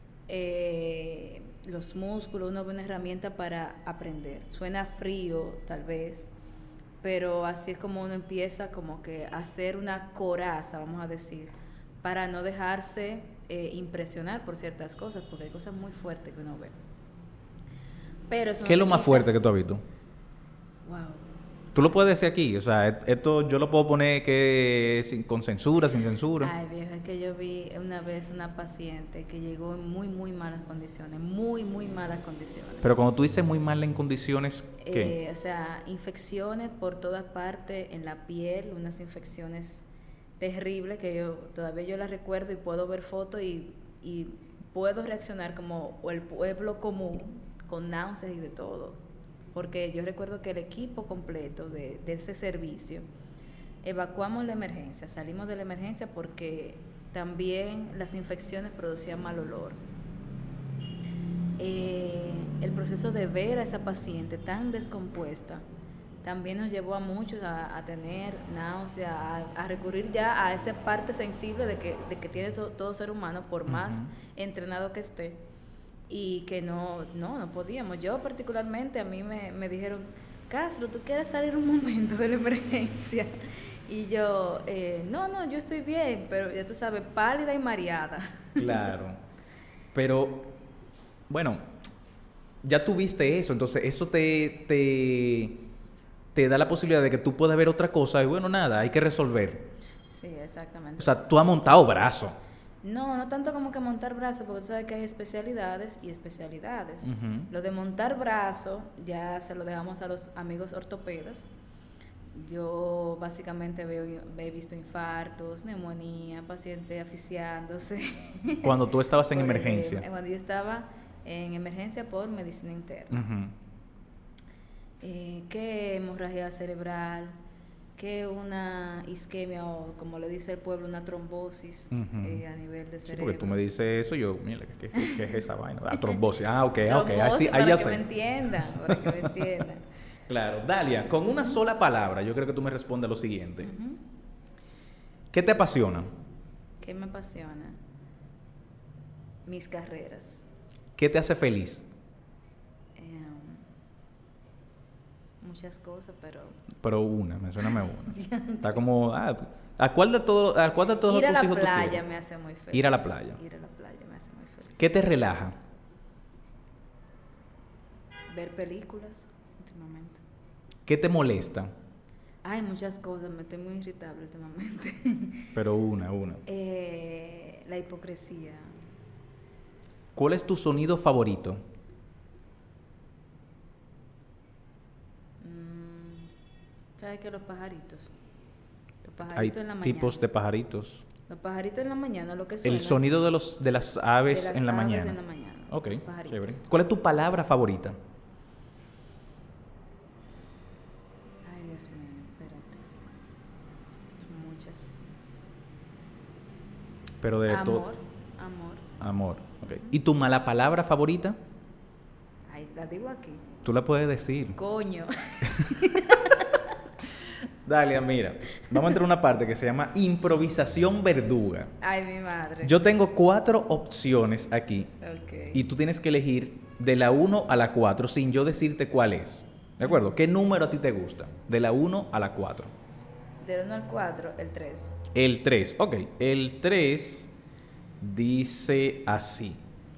los músculos, uno ve una herramienta para aprender. Suena frío, tal vez, pero así es como uno empieza como que a hacer una coraza, vamos a decir, para no dejarse impresionar por ciertas cosas, porque hay cosas muy fuertes que uno ve. Pero eso ¿Qué es no lo te más quita... fuerte que tú has visto? Wow. Tú lo puedes decir aquí, o sea, esto yo lo puedo poner que con censura, sin censura. Ay, viejo, es que yo vi una vez una paciente que llegó en muy, muy malas condiciones, muy, muy malas condiciones. Pero cuando tú dices muy mal en condiciones, ¿qué? O sea, infecciones por todas partes en la piel, unas infecciones terribles que todavía yo las recuerdo y puedo ver fotos y puedo reaccionar como el pueblo común, con náuseas y de todo. Porque yo recuerdo que el equipo completo de ese servicio evacuamos la emergencia, salimos de la emergencia porque también las infecciones producían mal olor. El proceso de ver a esa paciente tan descompuesta también nos llevó a muchos a tener náuseas, a recurrir ya a esa parte sensible de que tiene todo ser humano, por más entrenado que esté. Y que no podíamos. Yo particularmente, a mí me dijeron, Castro, ¿tú quieres salir un momento de la emergencia? Y yo, no, yo estoy bien, pero ya tú sabes, pálida y mareada. Claro. Pero, bueno, ya tuviste eso, entonces eso te da la posibilidad de que tú puedas ver otra cosa y bueno, nada, hay que resolver. Sí, exactamente. O sea, tú has montado brazo. No tanto como que montar brazo, porque tú sabes que hay especialidades y especialidades. Lo de montar brazo ya se lo dejamos a los amigos ortopedas. Yo básicamente he visto infartos, neumonía, pacientes asfixiándose. Cuando tú estabas en emergencia. Cuando yo estaba en emergencia por medicina interna. Que hemorragia cerebral, que una isquemia o como le dice el pueblo, una trombosis a nivel de cerebro. Sí, porque tú me dices eso, yo, mira, ¿qué es esa vaina? Ah, trombosis. Ok, trombosis, ahí ya sé. Para que me entiendan. Claro. Dalia, con una sola palabra, yo creo que tú me respondes lo siguiente. ¿Qué te apasiona? ¿Qué me apasiona? Mis carreras. ¿Qué te hace feliz? Muchas cosas, pero mencióname una. Está como, ¿a cuál de todos tus hijos tú quieres? Ir a la playa me hace muy feliz. Ir a la playa. Ir a la playa me hace muy feliz. ¿Qué te relaja? Ver películas últimamente. ¿Qué te molesta? Hay muchas cosas, me estoy muy irritable últimamente. Pero una. La hipocresía. ¿Cuál es tu sonido favorito? ¿Sabes qué? Los pajaritos. Los Hay pajaritos en la mañana. tipos de pajaritos. Los pajaritos en la mañana, lo que suena. El sonido de las aves de las en la aves mañana. en la mañana. Ok, Los pajaritos. chévere. ¿Cuál es tu palabra favorita? Ay, Dios mío, espérate. Son muchas. Pero de todo. Amor, amor. Amor. Ok. ¿Y tu mala palabra favorita? Ay, la digo aquí. Tú la puedes decir. Coño. Dalia, mira, vamos a entrar a una parte que se llama improvisación verduga. Ay, mi madre. Yo tengo 4 opciones aquí Ok. y tú tienes que elegir de la 1 a la 4 sin yo decirte cuál es. ¿De acuerdo? ¿Qué número a ti te gusta? De la 1 a la 4. Del 1 al 4, el 3. El 3, ok. El 3 dice así.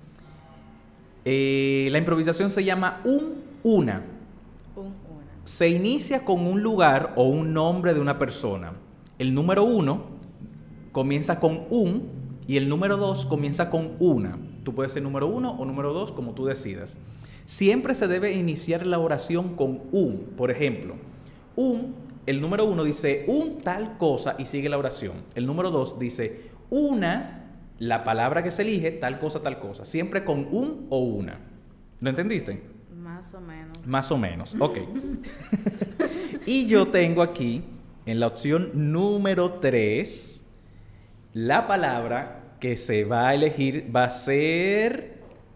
La improvisación se llama una. Una. Se inicia con un lugar o un nombre de una persona. El número 1 comienza con un y el número 2 comienza con una. Tú puedes ser número 1 o número 2, como tú decidas. Siempre se debe iniciar la oración con un. Por ejemplo, el número 1 dice un tal cosa y sigue la oración. El número 2 dice la palabra que se elige, tal cosa, tal cosa. Siempre con un o una. ¿Lo entendiste? Más o menos. Más o menos, ok. Y yo tengo aquí, en la opción número 3, la palabra que se va a elegir va a ser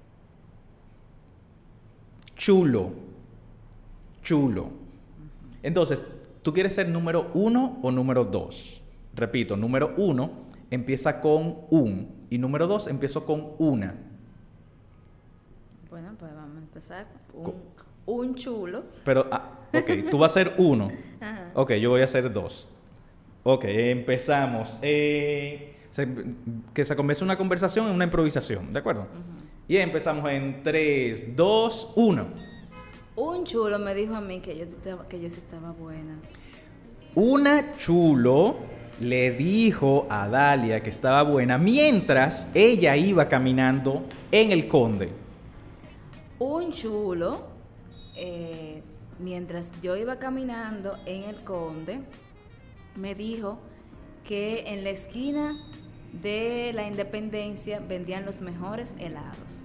chulo. Chulo. Entonces, ¿tú quieres ser número 1 o número 2? Repito, número 1 empieza con un y número 2 empiezo con una. Bueno, pues vamos a empezar. Un chulo. Pero, ok, tú vas a ser 1. Ajá. Ok, yo voy a hacer 2. Ok, empezamos. Que se convierte en una conversación en una improvisación, ¿de acuerdo? Y empezamos en 3, 2, 1. Un chulo me dijo a mí que yo sí estaba buena. Una chulo le dijo a Dalia que estaba buena mientras ella iba caminando en el Conde. Un chulo, mientras yo iba caminando en el Conde, me dijo que en la esquina de la Independencia vendían los mejores helados.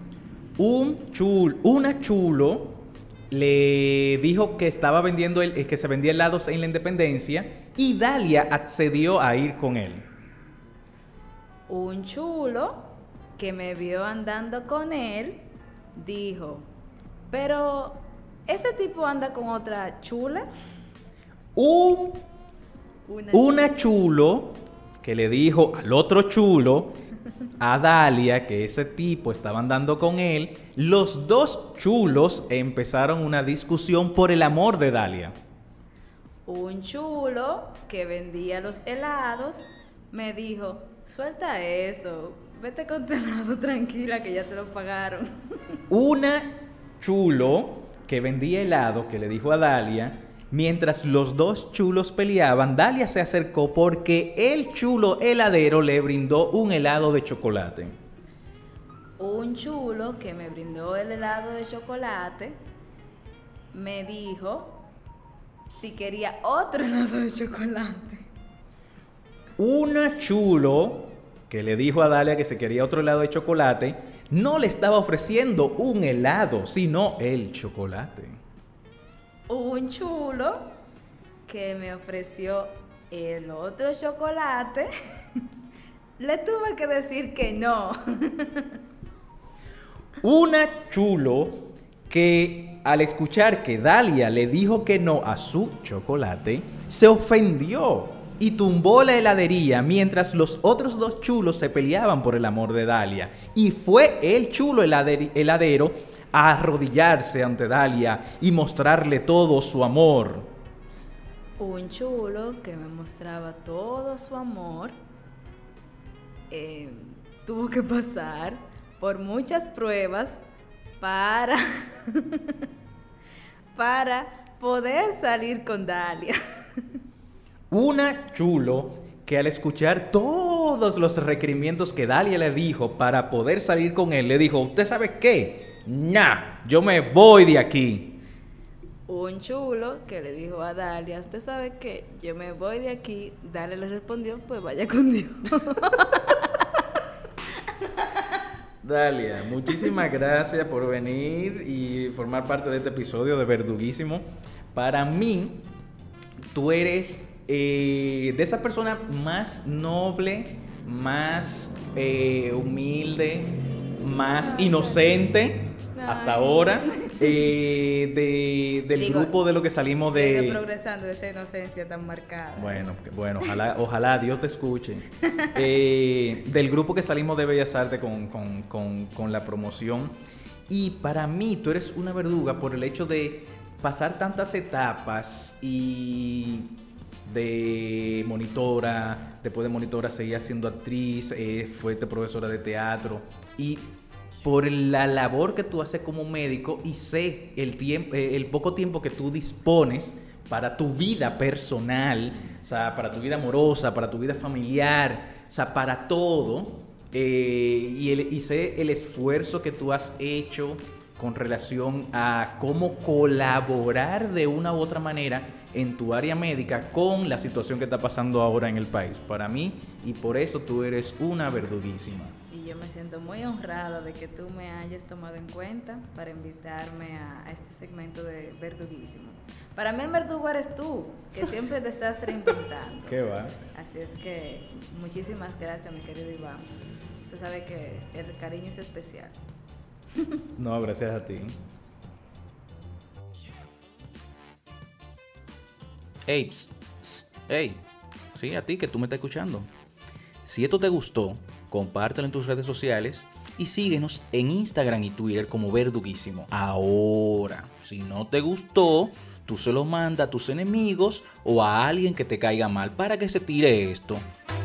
Una chulo le dijo que estaba vendiendo que se vendía helados en la Independencia y Dalia accedió a ir con él. Un chulo que me vio andando con él dijo, pero ese tipo anda con otra chula. Una chulo que le dijo al otro chulo, a Dalia, que ese tipo estaba andando con él. Los dos chulos empezaron una discusión por el amor de Dalia. Un chulo que vendía los helados me dijo, suelta eso, vete con tu helado tranquila que ya te lo pagaron. Una chulo que vendía helado que le dijo a Dalia, mientras los dos chulos peleaban, Dalia se acercó porque el chulo heladero le brindó un helado de chocolate. Un chulo que me brindó el helado de chocolate me dijo si quería otro helado de chocolate. Una chulo que le dijo a Dalia que se quería otro helado de chocolate, no le estaba ofreciendo un helado, sino el chocolate. Un chulo que me ofreció el otro chocolate, le tuve que decir que no. Una chulo que al escuchar que Dalia le dijo que no a su chocolate, se ofendió y tumbó la heladería mientras los otros dos chulos se peleaban por el amor de Dalia. Y fue el chulo heladero a arrodillarse ante Dalia y mostrarle todo su amor. Un chulo que me mostraba todo su amor tuvo que pasar por muchas pruebas para poder salir con Dalia. Una chulo que al escuchar todos los requerimientos que Dalia le dijo para poder salir con él, le dijo, ¿usted sabe qué? Nah, yo me voy de aquí. un chulo que le dijo a Dalia, usted sabe que yo me voy de aquí. Dalia le respondió, pues vaya con Dios. Dalia, muchísimas gracias por venir y formar parte de este episodio de Verduguísimo. Para mí, tú eres de esa persona más noble, más humilde, más inocente hasta ahora del Digo, grupo de lo que salimos Sigue de... progresando de esa inocencia tan marcada. Bueno, ojalá Dios te escuche. Del grupo que salimos de Bellas Artes con la promoción. Y para mí, tú eres una verduga por el hecho de pasar tantas etapas y de monitora, después de monitora seguía siendo actriz, fuiste profesora de teatro y por la labor que tú haces como médico y sé el poco tiempo que tú dispones para tu vida personal, o sea, para tu vida amorosa, para tu vida familiar, o sea, para todo, y sé el esfuerzo que tú has hecho con relación a cómo colaborar de una u otra manera en tu área médica con la situación que está pasando ahora en el país. Para mí, y por eso tú eres una verduguísima. Y yo me siento muy honrada de que tú me hayas tomado en cuenta para invitarme a este segmento de Verduguísimo. Para mí el verdugo eres tú, que siempre te estás reinventando. ¿Qué va? Así es que muchísimas gracias, mi querido Iván. Tú sabes que el cariño es especial. No, gracias a ti. Hey, hey, sí, a ti que tú me estás escuchando. Si esto te gustó, compártelo en tus redes sociales y síguenos en Instagram y Twitter como Verduguísimo. Ahora, si no te gustó, tú se lo mandas a tus enemigos o a alguien que te caiga mal para que se tire esto.